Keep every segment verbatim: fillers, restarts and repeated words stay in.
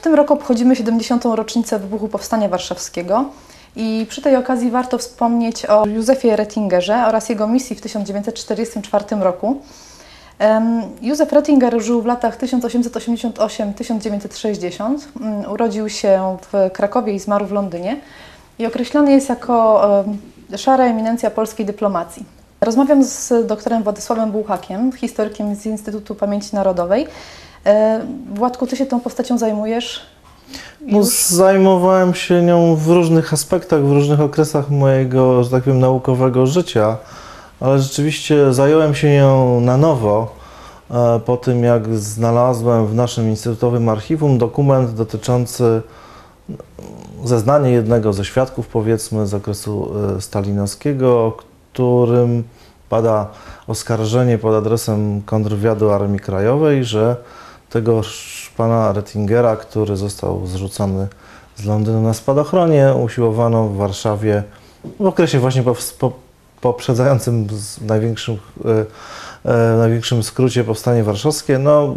tym roku obchodzimy siedemdziesiątą rocznicę wybuchu Powstania Warszawskiego i przy tej okazji warto wspomnieć o Józefie Rettingerze oraz jego misji w tysiąc dziewięćset czterdziestym czwartym roku. Józef Rettinger żył w latach tysiąc osiemset osiemdziesiąt osiem do tysiąc dziewięćset sześćdziesiątego. Urodził się w Krakowie i zmarł w Londynie i określany jest jako szara eminencja polskiej dyplomacji. Rozmawiam z doktorem Władysławem Bułhakiem, historykiem z Instytutu Pamięci Narodowej. Władku, ty się tą postacią zajmujesz? No, zajmowałem się nią w różnych aspektach, w różnych okresach mojego, że tak powiem, naukowego życia, ale rzeczywiście zająłem się nią na nowo po tym, jak znalazłem w naszym instytutowym archiwum dokument dotyczący zeznania jednego ze świadków, powiedzmy, z okresu stalinowskiego, w którym pada oskarżenie pod adresem kontrwywiadu Armii Krajowej, że tego pana Rettingera, który został zrzucony z Londynu na spadochronie, usiłowano w Warszawie w okresie właśnie po, poprzedzającym w największym, e, największym skrócie Powstanie Warszawskie, no,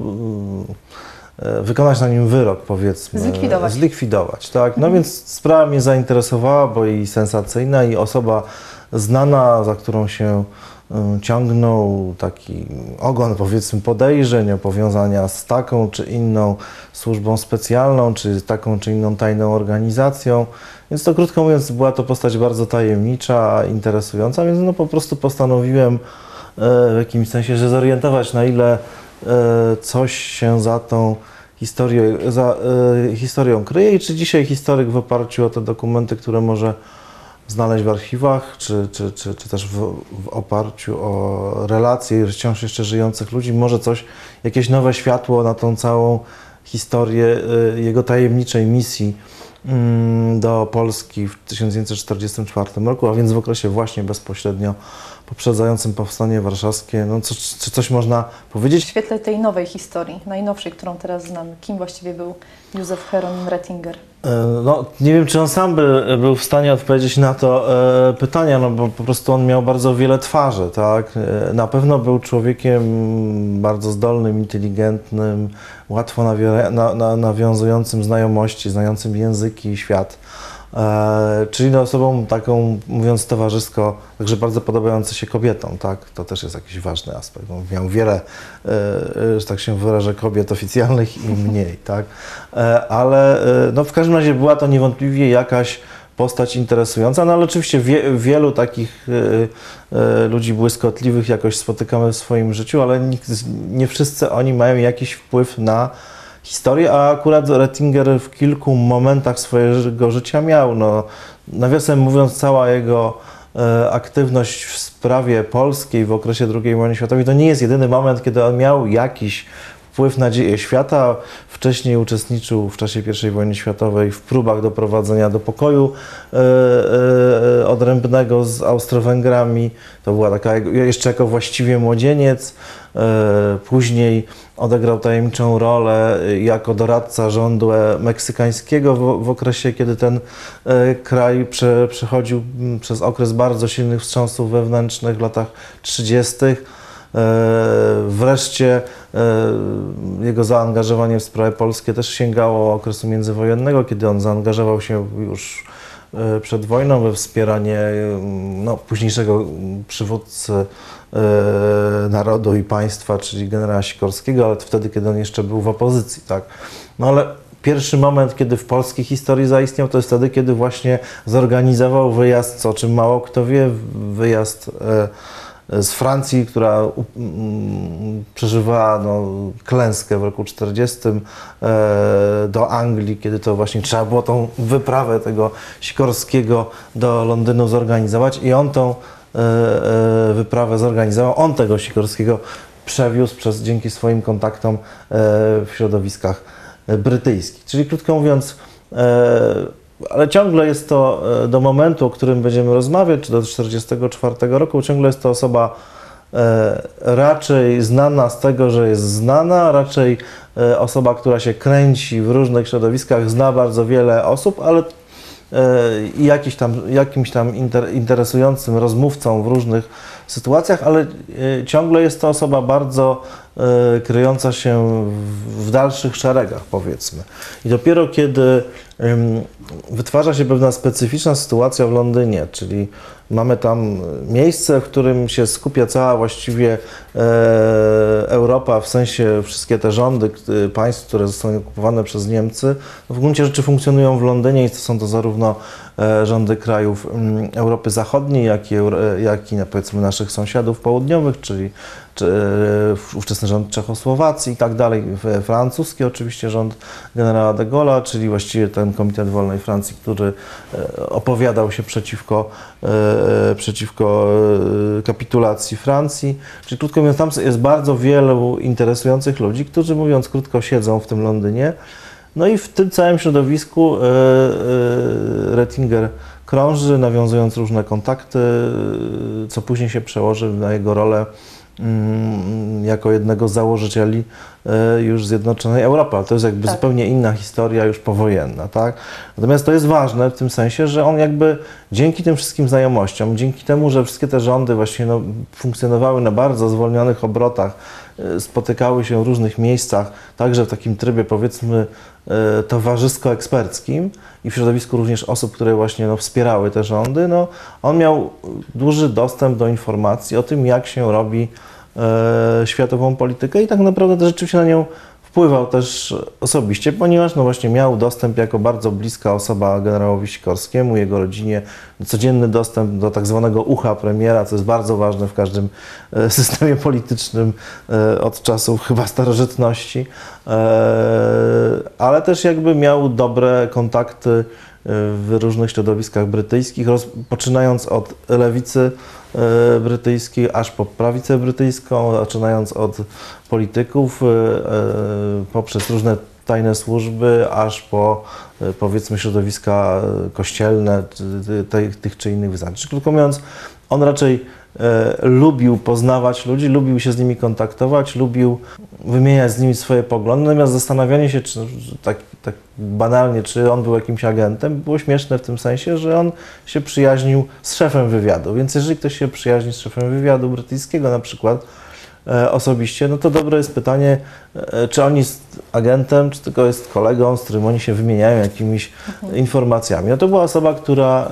e, wykonać na nim wyrok, powiedzmy. Zlikwidować. Zlikwidować, tak. No mhm. Więc sprawa mnie zainteresowała, bo i sensacyjna, i osoba znana, za którą się ciągnął taki ogon, powiedzmy, podejrzeń o powiązania z taką czy inną służbą specjalną, czy taką czy inną tajną organizacją. Więc to, krótko mówiąc, była to postać bardzo tajemnicza, interesująca, więc no po prostu postanowiłem w jakimś sensie, że zorientować, na ile coś się za tą historię, za historią kryje i czy dzisiaj historyk w oparciu o te dokumenty, które może znaleźć w archiwach, czy, czy, czy, czy też w, w oparciu o relacje wciąż jeszcze żyjących ludzi, może coś, jakieś nowe światło na tą całą historię jego tajemniczej misji do Polski w tysiąc dziewięćset czterdziestym czwartym roku, a więc w okresie właśnie bezpośrednio poprzedzającym Powstanie Warszawskie. No, co, czy coś można powiedzieć? W świetle tej nowej historii, najnowszej, którą teraz znamy, kim właściwie był Józef Hieronim Rettinger? No, nie wiem, czy on sam by był w stanie odpowiedzieć na to e, pytanie, no bo po prostu on miał bardzo wiele twarzy, tak? E, na pewno był człowiekiem bardzo zdolnym, inteligentnym, łatwo nawi- na, na, nawiązującym znajomości, znającym języki i świat. E, czyli no, osobą taką, mówiąc towarzysko, także bardzo podobający się kobietom, tak? To też jest jakiś ważny aspekt. Miał wiele, e, że tak się wyrażę, kobiet oficjalnych i mniej, tak? E, ale e, no, w każdym razie była to niewątpliwie jakaś postać interesująca, no ale oczywiście wie, wielu takich e, e, ludzi błyskotliwych jakoś spotykamy w swoim życiu, ale nikt, nie wszyscy oni mają jakiś wpływ na historię, a akurat Rettinger w kilku momentach swojego życia miał. No, nawiasem mówiąc, cała jego e, aktywność w sprawie polskiej w okresie drugiej wojny światowej to nie jest jedyny moment, kiedy on miał jakiś wpływ na dzieje świata. Wcześniej uczestniczył w czasie pierwszej wojny światowej w próbach doprowadzenia do pokoju e, e, odrębnego z Austro-Węgrami. To była taka jeszcze jako właściwie młodzieniec. E, później odegrał tajemniczą rolę jako doradca rządu meksykańskiego w, w okresie, kiedy ten e, kraj prze, przechodził przez okres bardzo silnych wstrząsów wewnętrznych w latach trzydziestych. Wreszcie jego zaangażowanie w sprawy polskie też sięgało okresu międzywojennego, kiedy on zaangażował się już przed wojną we wspieranie no, późniejszego przywódcy narodu i państwa, czyli generała Sikorskiego, ale wtedy, kiedy on jeszcze był w opozycji, tak? No ale pierwszy moment, kiedy w polskiej historii zaistniał, to jest wtedy, kiedy właśnie zorganizował wyjazd, o czym mało kto wie, wyjazd z Francji, która um, przeżywała no, klęskę w roku czterdziestym, e, do Anglii, kiedy to właśnie trzeba było tą wyprawę tego Sikorskiego do Londynu zorganizować i on tą e, e, wyprawę zorganizował. On tego Sikorskiego przewiózł przez, dzięki swoim kontaktom e, w środowiskach brytyjskich. Czyli krótko mówiąc, e, ale ciągle jest to do momentu, o którym będziemy rozmawiać, czy do tysiąc dziewięćset czterdziestego czwartego roku, ciągle jest to osoba e, raczej znana z tego, że jest znana, raczej e, osoba, która się kręci w różnych środowiskach, zna bardzo wiele osób, ale e, jakiś tam, jakimś tam inter, interesującym rozmówcą w różnych sytuacjach, ale e, ciągle jest to osoba bardzo e, e, kryjąca się w, w dalszych szeregach, powiedzmy. I dopiero kiedy ym, wytwarza się pewna specyficzna sytuacja w Londynie, czyli mamy tam miejsce, w którym się skupia cała właściwie e, Europa, w sensie wszystkie te rządy e, państw, które zostały okupowane przez Niemcy, no w gruncie rzeczy funkcjonują w Londynie i to są to zarówno e, rządy krajów m, Europy Zachodniej, jak i, jak i powiedzmy naszych sąsiadów południowych, czyli czy, e, ówczesny rząd Czechosłowacji i tak dalej, francuski oczywiście rząd generała de Gaulle'a, czyli właściwie ten Komitet Wolnej Francji, który e, opowiadał się przeciwko e, przeciwko kapitulacji Francji. Czyli krótko mówiąc, tam jest bardzo wielu interesujących ludzi, którzy mówiąc krótko siedzą w tym Londynie. No i w tym całym środowisku Rettinger krąży, nawiązując różne kontakty, co później się przełoży na jego rolę jako jednego z założycieli już Zjednoczonej Europy, ale to jest jakby tak. zupełnie inna historia już powojenna, tak? Natomiast to jest ważne w tym sensie, że on jakby dzięki tym wszystkim znajomościom, dzięki temu, że wszystkie te rządy właśnie no, funkcjonowały na bardzo zwolnionych obrotach, spotykały się w różnych miejscach, także w takim trybie powiedzmy towarzysko-eksperckim i w środowisku również osób, które właśnie no, wspierały te rządy, no, on miał duży dostęp do informacji o tym, jak się robi e, światową politykę i tak naprawdę to rzeczywiście na nią wpływał też osobiście, ponieważ no właśnie miał dostęp jako bardzo bliska osoba generałowi Sikorskiemu, jego rodzinie, codzienny dostęp do tak zwanego ucha premiera, co jest bardzo ważne w każdym systemie politycznym od czasów chyba starożytności, ale też jakby miał dobre kontakty w różnych środowiskach brytyjskich, poczynając od lewicy brytyjskiej aż po prawicę brytyjską, zaczynając od polityków, poprzez różne tajne służby, aż po powiedzmy środowiska kościelne tych czy innych wyznań. Krótko mówiąc, on raczej e, lubił poznawać ludzi, lubił się z nimi kontaktować, lubił wymieniać z nimi swoje poglądy, natomiast zastanawianie się, czy, tak, tak banalnie, czy on był jakimś agentem, było śmieszne w tym sensie, że on się przyjaźnił z szefem wywiadu, więc jeżeli ktoś się przyjaźni z szefem wywiadu brytyjskiego na przykład, E, osobiście, no to dobre jest pytanie, e, czy on jest agentem, czy tylko jest kolegą, z którym oni się wymieniają jakimiś mhm. informacjami. No to była osoba, która e,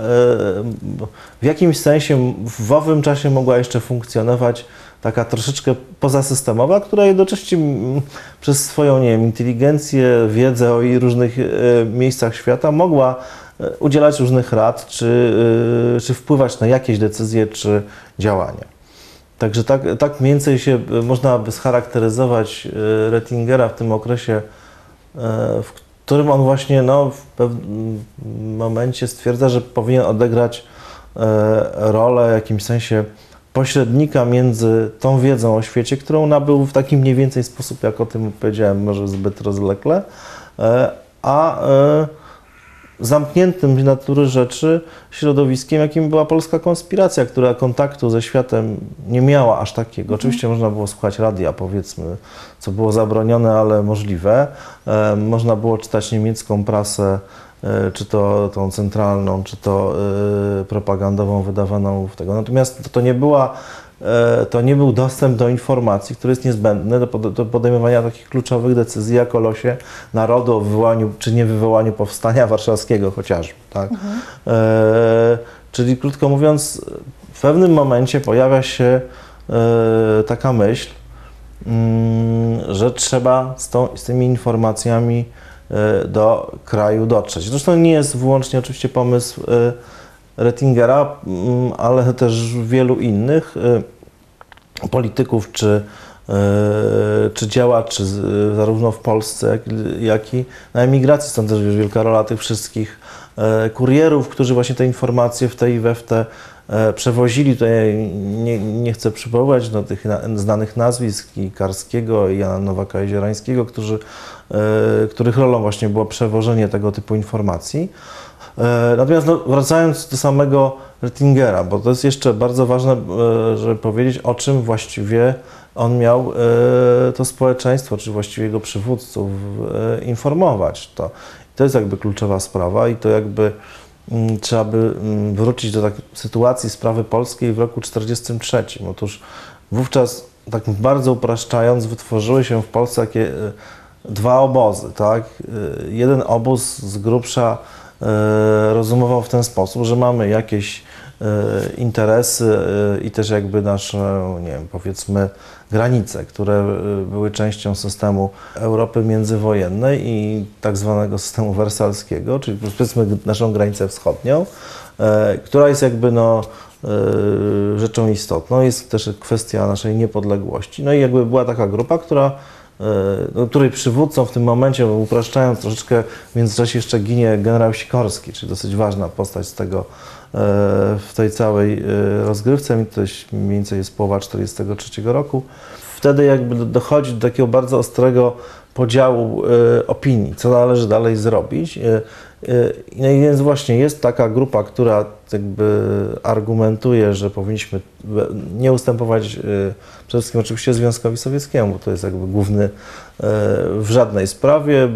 w jakimś sensie w owym czasie mogła jeszcze funkcjonować, taka troszeczkę pozasystemowa, która jednocześnie m, przez swoją, nie wiem, inteligencję, wiedzę o jej różnych e, miejscach świata mogła e, udzielać różnych rad, czy, e, czy wpływać na jakieś decyzje, czy działania. Także tak, tak mniej więcej się można by scharakteryzować Rettingera w tym okresie, w którym on właśnie no, w pewnym momencie stwierdza, że powinien odegrać rolę w jakimś sensie pośrednika między tą wiedzą o świecie, którą nabył w taki mniej więcej sposób, jak o tym powiedziałem, może zbyt rozwlekle, a zamkniętym z natury rzeczy środowiskiem, jakim była polska konspiracja, która kontaktu ze światem nie miała aż takiego. Oczywiście mhm. można było słuchać radia, powiedzmy, co było zabronione, ale możliwe. E, można było czytać niemiecką prasę, e, czy to tą centralną, czy to e, propagandową wydawaną w tego. Natomiast to, to nie była to nie był dostęp do informacji, który jest niezbędny do, do podejmowania takich kluczowych decyzji, jak o losie narodu, o wywołaniu czy nie wywołaniu powstania warszawskiego chociażby. Tak? Mhm. E, czyli krótko mówiąc, w pewnym momencie pojawia się e, taka myśl, mm, że trzeba z, tą, z tymi informacjami e, do kraju dotrzeć. Zresztą nie jest wyłącznie oczywiście pomysł e, Rettingera, ale też wielu innych polityków czy, czy działaczy, zarówno w Polsce, jak i na emigracji. Stąd też wielka rola tych wszystkich kurierów, którzy właśnie te informacje w te i we w te przewozili. Tutaj nie, nie chcę przywoływać no, tych znanych nazwisk i Karskiego, i Jana Nowaka-Jeziorańskiego, którzy, których rolą właśnie było przewożenie tego typu informacji. Natomiast no, wracając do samego Rettingera, bo to jest jeszcze bardzo ważne, żeby powiedzieć, o czym właściwie on miał to społeczeństwo, czy właściwie jego przywódców informować. To, to jest jakby kluczowa sprawa i to jakby trzeba by wrócić do takiej sytuacji sprawy polskiej w roku tysiąc dziewięćset czterdziestym trzecim. Otóż wówczas tak bardzo upraszczając, wytworzyły się w Polsce takie e, dwa obozy, tak? E, jeden obóz z grubsza e, rozumował w ten sposób, że mamy jakieś e, interesy e, i też jakby nasze, nie wiem, powiedzmy granice, które e, były częścią systemu Europy międzywojennej i tak zwanego systemu wersalskiego, czyli powiedzmy naszą granicę wschodnią, e, która jest jakby no e, rzeczą istotną, jest też kwestia naszej niepodległości. No i jakby była taka grupa, która no, której przywódcą w tym momencie, upraszczając troszeczkę, w międzyczasie jeszcze ginie generał Sikorski, czyli dosyć ważna postać z tego, w tej całej rozgrywce, to mniej więcej jest połowa tysiąc dziewięćset czterdziestego trzeciego roku. Wtedy jakby dochodzi do takiego bardzo ostrego podziału opinii, co należy dalej zrobić. No i więc właśnie jest taka grupa, która jakby argumentuje, że powinniśmy nie ustępować przede wszystkim oczywiście Związkowi Sowieckiemu, bo to jest jakby główny w żadnej sprawie,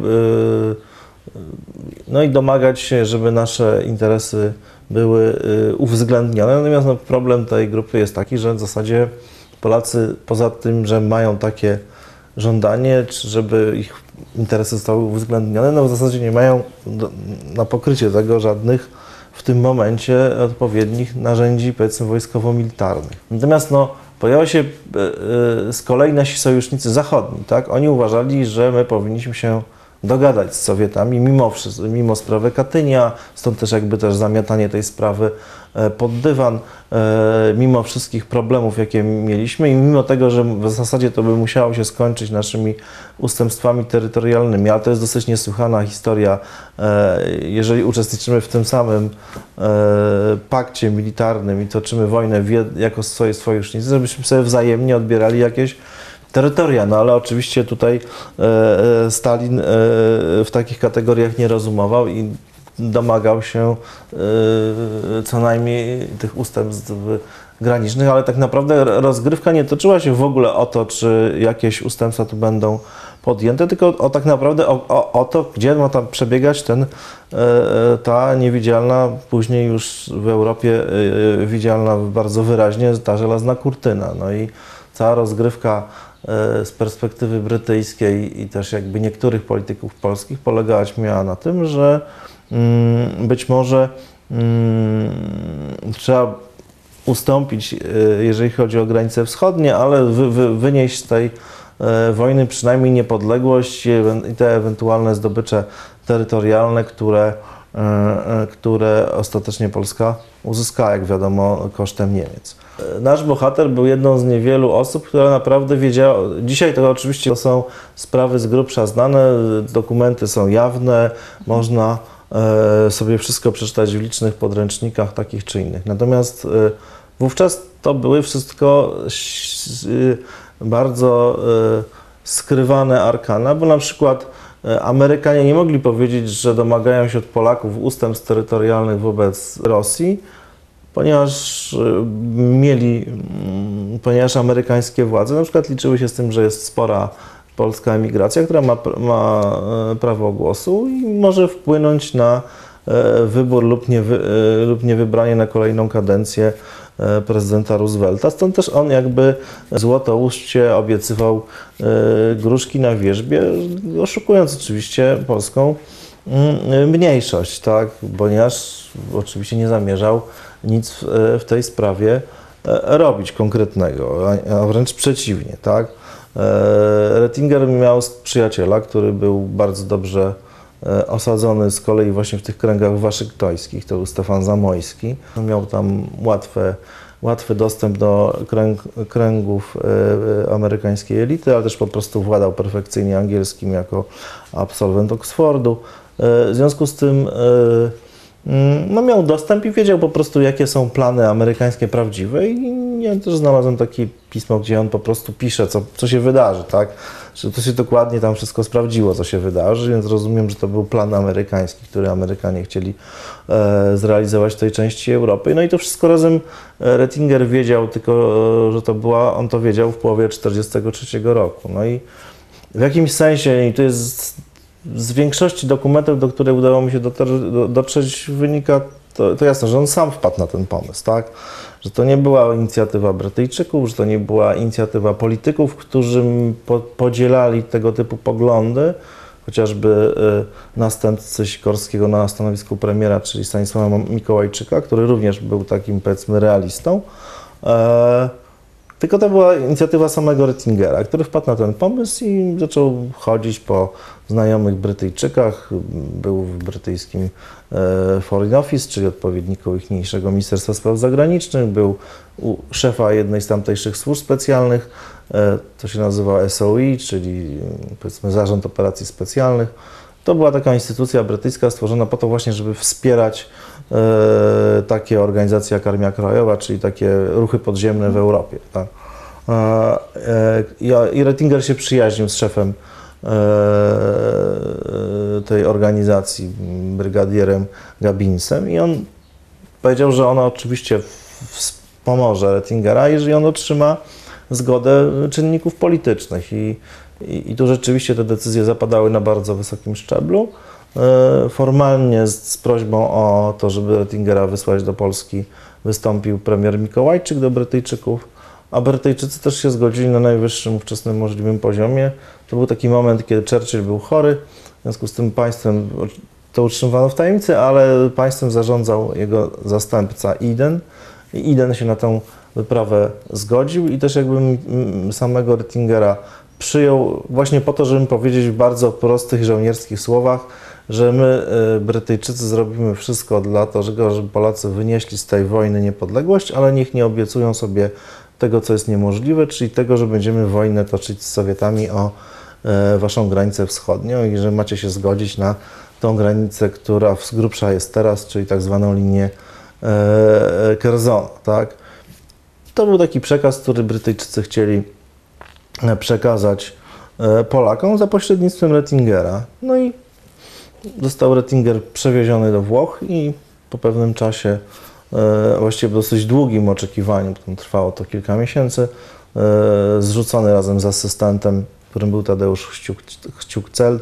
no i domagać się, żeby nasze interesy były uwzględnione. Natomiast no, problem tej grupy jest taki, że w zasadzie Polacy poza tym, że mają takie żądanie, czy żeby ich interesy zostały uwzględnione, no w zasadzie nie mają do, na pokrycie tego żadnych w tym momencie odpowiednich narzędzi, powiedzmy, wojskowo-militarnych. Natomiast no, pojawiają się y, z kolei nasi sojusznicy zachodni, tak? Oni uważali, że my powinniśmy się dogadać z Sowietami mimo, mimo sprawy Katynia, stąd też jakby też zamiatanie tej sprawy pod dywan, mimo wszystkich problemów, jakie mieliśmy i mimo tego, że w zasadzie to by musiało się skończyć naszymi ustępstwami terytorialnymi, ale to jest dosyć niesłychana historia, jeżeli uczestniczymy w tym samym pakcie militarnym i toczymy wojnę jako swoi sojusznicy, żebyśmy sobie wzajemnie odbierali jakieś terytoria, no ale oczywiście tutaj e, Stalin e, w takich kategoriach nie rozumował i domagał się e, co najmniej tych ustępstw granicznych, ale tak naprawdę rozgrywka nie toczyła się w ogóle o to, czy jakieś ustępstwa tu będą podjęte, tylko o tak naprawdę o, o, o to, gdzie ma tam przebiegać ten, e, ta niewidzialna, później już w Europie e, widzialna bardzo wyraźnie ta żelazna kurtyna. No i cała rozgrywka z perspektywy brytyjskiej i też jakby niektórych polityków polskich polegać miała na tym, że mm, być może mm, trzeba ustąpić, jeżeli chodzi o granice wschodnie, ale wy, wy, wynieść z tej wojny przynajmniej niepodległość i te ewentualne zdobycze terytorialne, które, które ostatecznie Polska uzyskała, jak wiadomo, kosztem Niemiec. Nasz bohater był jedną z niewielu osób, która naprawdę wiedziała, dzisiaj to oczywiście to są sprawy z grubsza znane, dokumenty są jawne, można sobie wszystko przeczytać w licznych podręcznikach takich czy innych. Natomiast wówczas to były wszystko bardzo skrywane arkana, bo na przykład Amerykanie nie mogli powiedzieć, że domagają się od Polaków ustępstw terytorialnych wobec Rosji, ponieważ mieli, ponieważ amerykańskie władze na przykład liczyły się z tym, że jest spora polska emigracja, która ma, ma prawo głosu i może wpłynąć na wybór lub, nie, lub niewybranie na kolejną kadencję prezydenta Roosevelta. Stąd też on jakby złotouście obiecywał gruszki na wierzbie, oszukując oczywiście polską mniejszość, tak? Ponieważ oczywiście nie zamierzał nic w, w tej sprawie robić konkretnego, a wręcz przeciwnie, tak? Rettinger miał przyjaciela, który był bardzo dobrze osadzony z kolei właśnie w tych kręgach waszyngtońskich, to był Stefan Zamojski. Miał tam łatwe, łatwy dostęp do kręg, kręgów amerykańskiej elity, ale też po prostu władał perfekcyjnie angielskim jako absolwent Oxfordu. W związku z tym no, miał dostęp i wiedział po prostu, jakie są plany amerykańskie prawdziwe i ja też znalazłem takie pismo, gdzie on po prostu pisze, co, co się wydarzy, tak? Że to się dokładnie tam wszystko sprawdziło, co się wydarzy, więc rozumiem, że to był plan amerykański, który Amerykanie chcieli e, zrealizować w tej części Europy. No i to wszystko razem Rettinger wiedział, tylko że to była, on to wiedział w połowie tysiąc dziewięćset czterdziestego trzeciego roku. No i w jakimś sensie, i to jest z większości dokumentów, do których udało mi się dotrzeć, wynika to, to jasne, że on sam wpadł na ten pomysł, tak? Że to nie była inicjatywa Brytyjczyków, że to nie była inicjatywa polityków, którzy po, podzielali tego typu poglądy, chociażby y, następcy Sikorskiego na stanowisku premiera, czyli Stanisława Mikołajczyka, który również był takim, powiedzmy, realistą. E, tylko to była inicjatywa samego Rettingera, który wpadł na ten pomysł i zaczął chodzić po znajomych Brytyjczykach. Był w brytyjskim e, Foreign Office, czyli odpowiedniku ichniejszego Ministerstwa Spraw Zagranicznych. Był u szefa jednej z tamtejszych służb specjalnych, e, to się nazywa S O E, czyli, powiedzmy, Zarząd Operacji Specjalnych. To była taka instytucja brytyjska stworzona po to właśnie, żeby wspierać e, takie organizacje jak Armia Krajowa, czyli takie ruchy podziemne w Europie. Tak? E, e, I Rettinger się przyjaźnił z szefem e, tej organizacji, brygadierem Gabinsem, i on powiedział, że ona oczywiście wspomoże Rettingera, jeżeli on otrzyma zgodę czynników politycznych. I, i, i tu rzeczywiście te decyzje zapadały na bardzo wysokim szczeblu. E, formalnie z, z prośbą o to, żeby Rettingera wysłać do Polski, wystąpił premier Mikołajczyk do Brytyjczyków, a Brytyjczycy też się zgodzili na najwyższym ówczesnym możliwym poziomie. To był taki moment, kiedy Churchill był chory, w związku z tym państwem to utrzymywano w tajemnicy, ale państwem zarządzał jego zastępca Eden. I Eden się na tę wyprawę zgodził i też jakby samego Rettingera przyjął właśnie po to, żeby powiedzieć w bardzo prostych żołnierskich słowach, że my, Brytyjczycy, zrobimy wszystko dla tego, żeby Polacy wynieśli z tej wojny niepodległość, ale niech nie obiecują sobie tego, co jest niemożliwe, czyli tego, że będziemy wojnę toczyć z Sowietami o e, waszą granicę wschodnią i że macie się zgodzić na tą granicę, która z grubsza jest teraz, czyli tak zwaną linię e, Curzona, tak? To był taki przekaz, który Brytyjczycy chcieli przekazać e, Polakom za pośrednictwem Rettingera. No i został Rettinger przewieziony do Włoch i po pewnym czasie, e, właściwie dosyć długim oczekiwaniu, potem trwało to kilka miesięcy, e, zrzucony razem z asystentem, którym był Tadeusz Chciuk-Celt,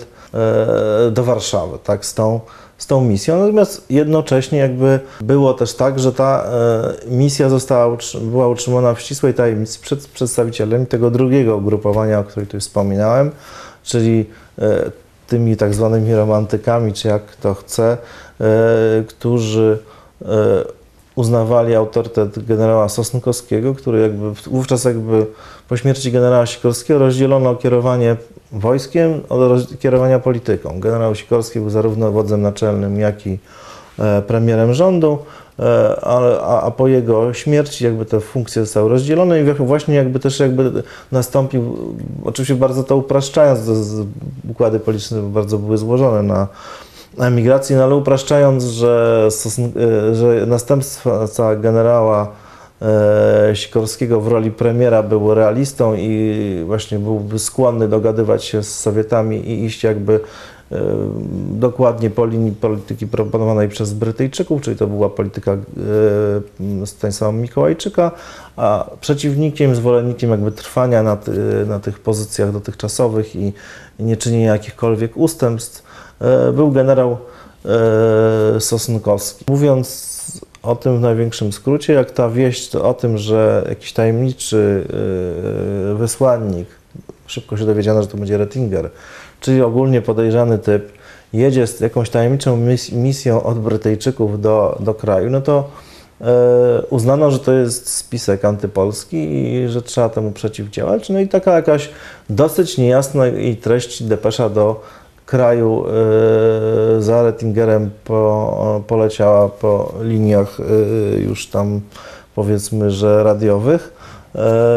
e, do Warszawy, tak, z tą, z tą misją. Natomiast jednocześnie jakby było też tak, że ta e, misja została, była utrzymana w ścisłej tajemnicy przed przedstawicielami tego drugiego ugrupowania, o którym tu wspominałem, czyli e, tymi tak zwanymi romantykami, czy jak kto chce, e, którzy e, uznawali autorytet generała Sosnkowskiego, który jakby wówczas jakby po śmierci generała Sikorskiego rozdzielono kierowanie wojskiem od kierowania polityką. Generał Sikorski był zarówno wodzem naczelnym, jak i e, premierem rządu, e, a, a po jego śmierci jakby te funkcje zostały rozdzielone i właśnie jakby też jakby nastąpił, oczywiście bardzo to upraszczając, układy polityczne bardzo były złożone na emigracji, no ale upraszczając, że, że następca generała e, Sikorskiego w roli premiera był realistą i właśnie byłby skłonny dogadywać się z Sowietami i iść jakby e, dokładnie po linii polityki proponowanej przez Brytyjczyków, czyli to była polityka e, Stanisława Mikołajczyka, a przeciwnikiem, zwolennikiem jakby trwania na, ty, na tych pozycjach dotychczasowych i, i nie czynienia jakichkolwiek ustępstw był generał e, Sosnkowski. Mówiąc o tym w największym skrócie, jak ta wieść o tym, że jakiś tajemniczy e, wysłannik, szybko się dowiedziano, że to będzie Rettinger, czyli ogólnie podejrzany typ, jedzie z jakąś tajemniczą mis misją od Brytyjczyków do, do kraju, no to e, uznano, że to jest spisek antypolski i że trzeba temu przeciwdziałać. No i taka jakaś dosyć niejasna i treść depesza do kraju y, za Rettingerem po, poleciała po liniach y, już tam, powiedzmy, że radiowych. Y,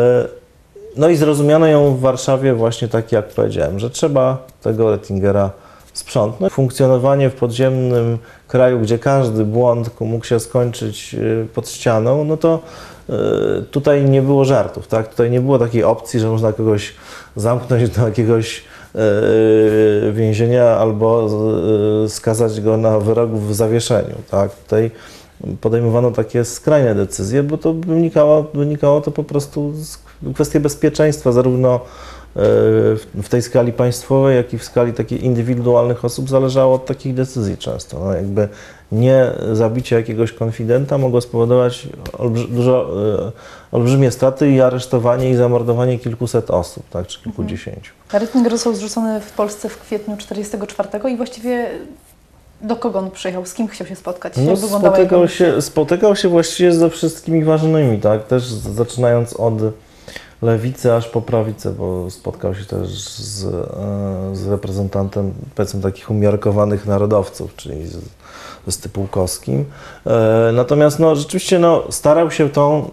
no i zrozumiano ją w Warszawie właśnie tak, jak powiedziałem, że trzeba tego Rettingera sprzątnąć. Funkcjonowanie w podziemnym kraju, gdzie każdy błąd mógł się skończyć y, pod ścianą, no to y, tutaj nie było żartów, tak? Tutaj nie było takiej opcji, że można kogoś zamknąć do jakiegoś więzienia albo skazać go na wyrok w zawieszeniu. Tak? Tutaj podejmowano takie skrajne decyzje, bo to wynikało, wynikało to po prostu z kwestii bezpieczeństwa zarówno w tej skali państwowej, jak i w skali takiej indywidualnych osób zależało od takich decyzji często. No jakby nie zabicie jakiegoś konfidenta mogło spowodować olbrzy dużo, olbrzymie straty i aresztowanie i zamordowanie kilkuset osób, tak, czy kilkudziesięciu. Rettinger został zrzucony w Polsce w kwietniu czterdziestego czwartego i właściwie do kogo on przyjechał? Z kim chciał się spotkać? No, Jak wyglądała jego spotykał, się, spotykał się właściwie ze wszystkimi ważnymi, tak? Też zaczynając od lewicy aż po prawicę, bo spotkał się też z, z reprezentantem, powiedzmy, takich umiarkowanych narodowców, czyli z, ze Stypułkowskim. Natomiast no, rzeczywiście no, starał się tą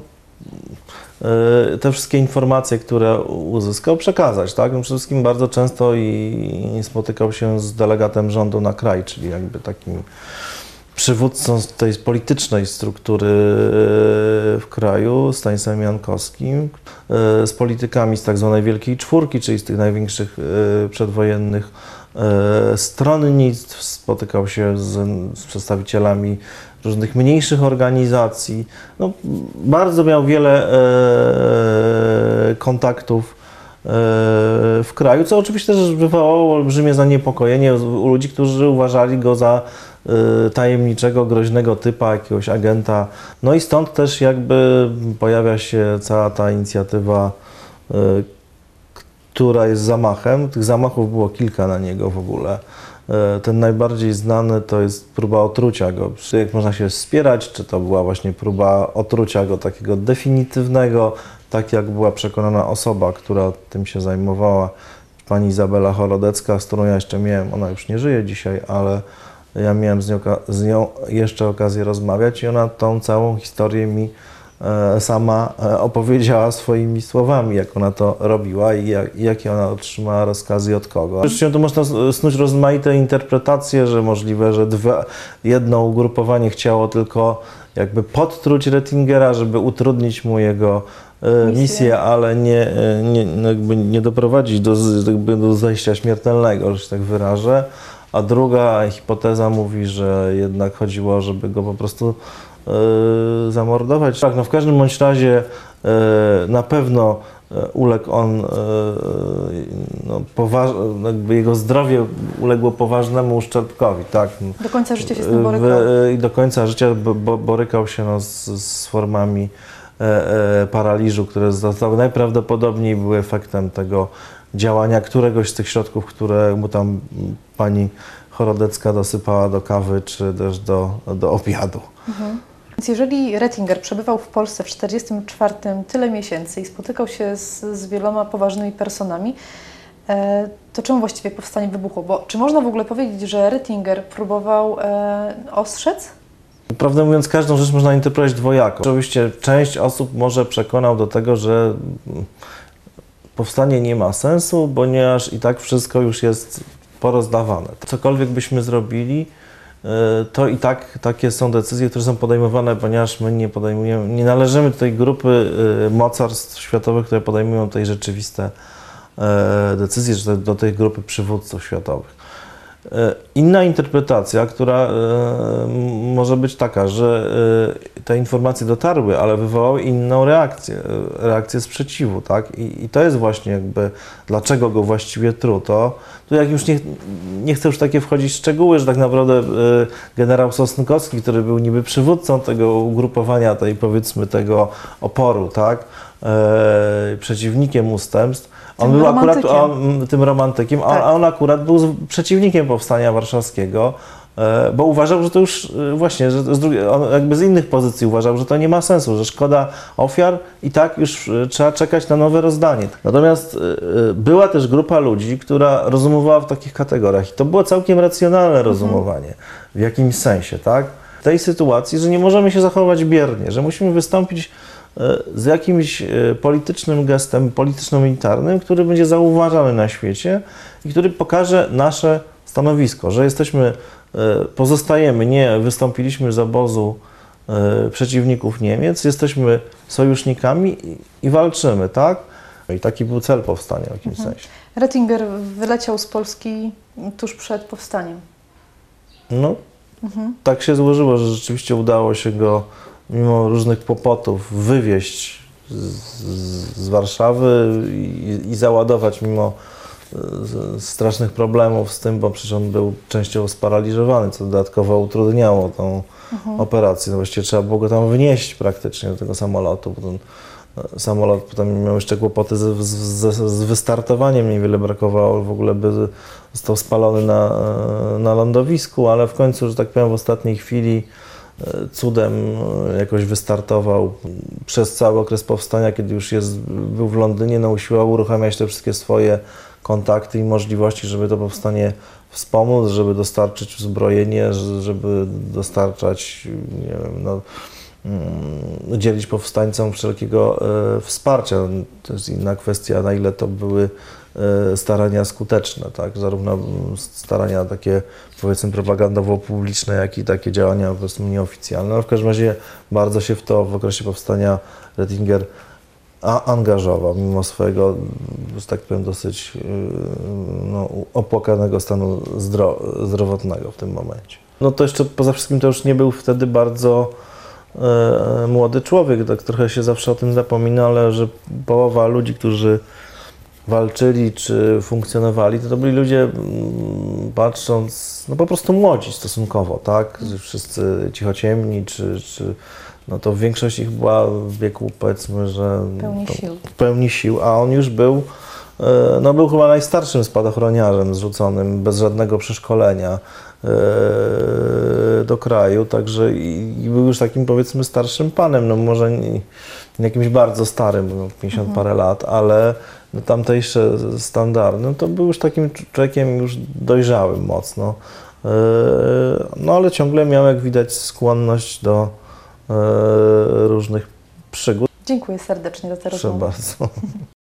te wszystkie informacje, które uzyskał, przekazać, tak? Przede wszystkim bardzo często i spotykał się z delegatem rządu na kraj, czyli jakby takim przywódcą tej politycznej struktury w kraju, Stanisławem Jankowskim, z politykami z tak zwanej Wielkiej Czwórki, czyli z tych największych przedwojennych stronnictw, spotykał się z, z przedstawicielami różnych mniejszych organizacji. No, bardzo miał wiele e, kontaktów e, w kraju, co oczywiście też wywołało olbrzymie zaniepokojenie u ludzi, którzy uważali go za e, tajemniczego, groźnego typa, jakiegoś agenta. No i stąd też jakby pojawia się cała ta inicjatywa, e, która jest zamachem. Tych zamachów było kilka na niego w ogóle. Ten najbardziej znany to jest próba otrucia go. Jak można się wspierać, czy to była właśnie próba otrucia go takiego definitywnego, tak jak była przekonana osoba, która tym się zajmowała, pani Izabela Chorodecka, z którą ja jeszcze miałem, ona już nie żyje dzisiaj, ale ja miałem z nią, z nią jeszcze okazję rozmawiać i ona tą całą historię mi sama opowiedziała swoimi słowami, jak ona to robiła i, jak, i jakie ona otrzymała rozkazy i od kogo. Oczywiście tu można snuć rozmaite interpretacje, że możliwe, że dwa, jedno ugrupowanie chciało tylko jakby podtruć Rettingera, żeby utrudnić mu jego misję, misję ale nie, nie, jakby nie doprowadzić do, jakby do zajścia śmiertelnego, że się tak wyrażę. A druga hipoteza mówi, że jednak chodziło, żeby go po prostu Yy, zamordować. Tak, no w każdym bądź razie yy, na pewno yy, uległ on, yy, no, poważ- jakby jego zdrowie uległo poważnemu uszczerbkowi. Tak. Do końca życia się z tym borykał. I do końca życia bo, borykał się no, z, z formami e, e, paraliżu, które zostały najprawdopodobniej były efektem tego działania któregoś z tych środków, które mu tam pani Chorodecka dosypała do kawy czy też do, do obiadu. Mhm. Więc jeżeli Rettinger przebywał w Polsce w tysiąc dziewięćset czterdziestym czwartym tyle miesięcy i spotykał się z, z wieloma poważnymi personami, e, to czemu właściwie powstanie wybuchło? Bo czy można w ogóle powiedzieć, że Rettinger próbował e, ostrzec? Prawdę mówiąc, każdą rzecz można interpretować dwojako. Oczywiście część osób może przekonał do tego, że powstanie nie ma sensu, ponieważ i tak wszystko już jest porozdawane. Cokolwiek byśmy zrobili, to i tak takie są decyzje, które są podejmowane, ponieważ my nie podejmujemy, nie należymy do tej grupy mocarstw światowych, które podejmują tutaj rzeczywiste decyzje, czy do tej grupy przywódców światowych. Inna interpretacja, która może być taka, że te informacje dotarły, ale wywołały inną reakcję, reakcję sprzeciwu, tak? I, i to jest właśnie jakby, dlaczego go właściwie truto. Tu jak już nie, nie chcę już takie wchodzić w szczegóły, że tak naprawdę generał Sosnkowski, który był niby przywódcą tego ugrupowania, tej powiedzmy tego oporu, tak? E, przeciwnikiem ustępstw, on był akurat on, tym romantykiem, tak. a on akurat był przeciwnikiem powstania warszawskiego, bo uważał, że to już właśnie, że z drugiej, on jakby z innych pozycji uważał, że to nie ma sensu, że szkoda ofiar i tak już trzeba czekać na nowe rozdanie. Natomiast była też grupa ludzi, która rozumowała w takich kategoriach i to było całkiem racjonalne rozumowanie mhm. w jakimś sensie, tak? W tej sytuacji, że nie możemy się zachować biernie, że musimy wystąpić z jakimś politycznym gestem, polityczno-militarnym, który będzie zauważany na świecie i który pokaże nasze stanowisko, że jesteśmy, pozostajemy, nie wystąpiliśmy z obozu przeciwników Niemiec, jesteśmy sojusznikami i walczymy, tak? I taki był cel powstania w jakimś mhm. sensie. Rettinger wyleciał z Polski tuż przed powstaniem. No, mhm. tak się złożyło, że rzeczywiście udało się go mimo różnych kłopotów wywieźć z, z Warszawy i, i załadować mimo z, strasznych problemów z tym, bo przecież on był częściowo sparaliżowany, co dodatkowo utrudniało tą mhm. operację. No właściwie trzeba było go tam wynieść praktycznie do tego samolotu. Bo ten samolot potem miał jeszcze kłopoty z, z, z wystartowaniem, niewiele brakowało, w ogóle by został spalony na, na lądowisku, ale w końcu, że tak powiem, w ostatniej chwili cudem jakoś wystartował. Przez cały okres powstania, kiedy już jest, był w Londynie, no usiłował uruchamiać te wszystkie swoje kontakty i możliwości, żeby to powstanie wspomóc, żeby dostarczyć uzbrojenie, żeby dostarczać, nie wiem, no, udzielić powstańcom wszelkiego e, wsparcia. To jest inna kwestia, na ile to były e, starania skuteczne, tak? Zarówno starania takie, powiedzmy, propagandowo-publiczne, jak i takie działania, powiedzmy, nieoficjalne. No, w każdym razie bardzo się w to w okresie powstania Retinger a angażował, mimo swojego, że tak powiem, dosyć no, opłakanego stanu zdro, zdrowotnego w tym momencie. No to jeszcze poza wszystkim to już nie był wtedy bardzo e, młody człowiek, tak trochę się zawsze o tym zapomina, ale że połowa ludzi, którzy walczyli czy funkcjonowali, to, to byli ludzie, patrząc, no po prostu młodzi stosunkowo, tak? Wszyscy cichociemni, czy, czy no to większość ich była w wieku, powiedzmy, że pełni sił. pełni sił, a on już był, no był chyba najstarszym spadochroniarzem zrzuconym, bez żadnego przeszkolenia do kraju, także i, i był już takim, powiedzmy, starszym panem, no może nie, nie jakimś bardzo starym, no pięćdziesiąt mhm. parę lat, ale no, tamtejsze standardy, no to był już takim człowiekiem już dojrzałym mocno, no ale ciągle miał, jak widać, skłonność do różnych przygód. Dziękuję serdecznie za tę Proszę rozmowę. bardzo.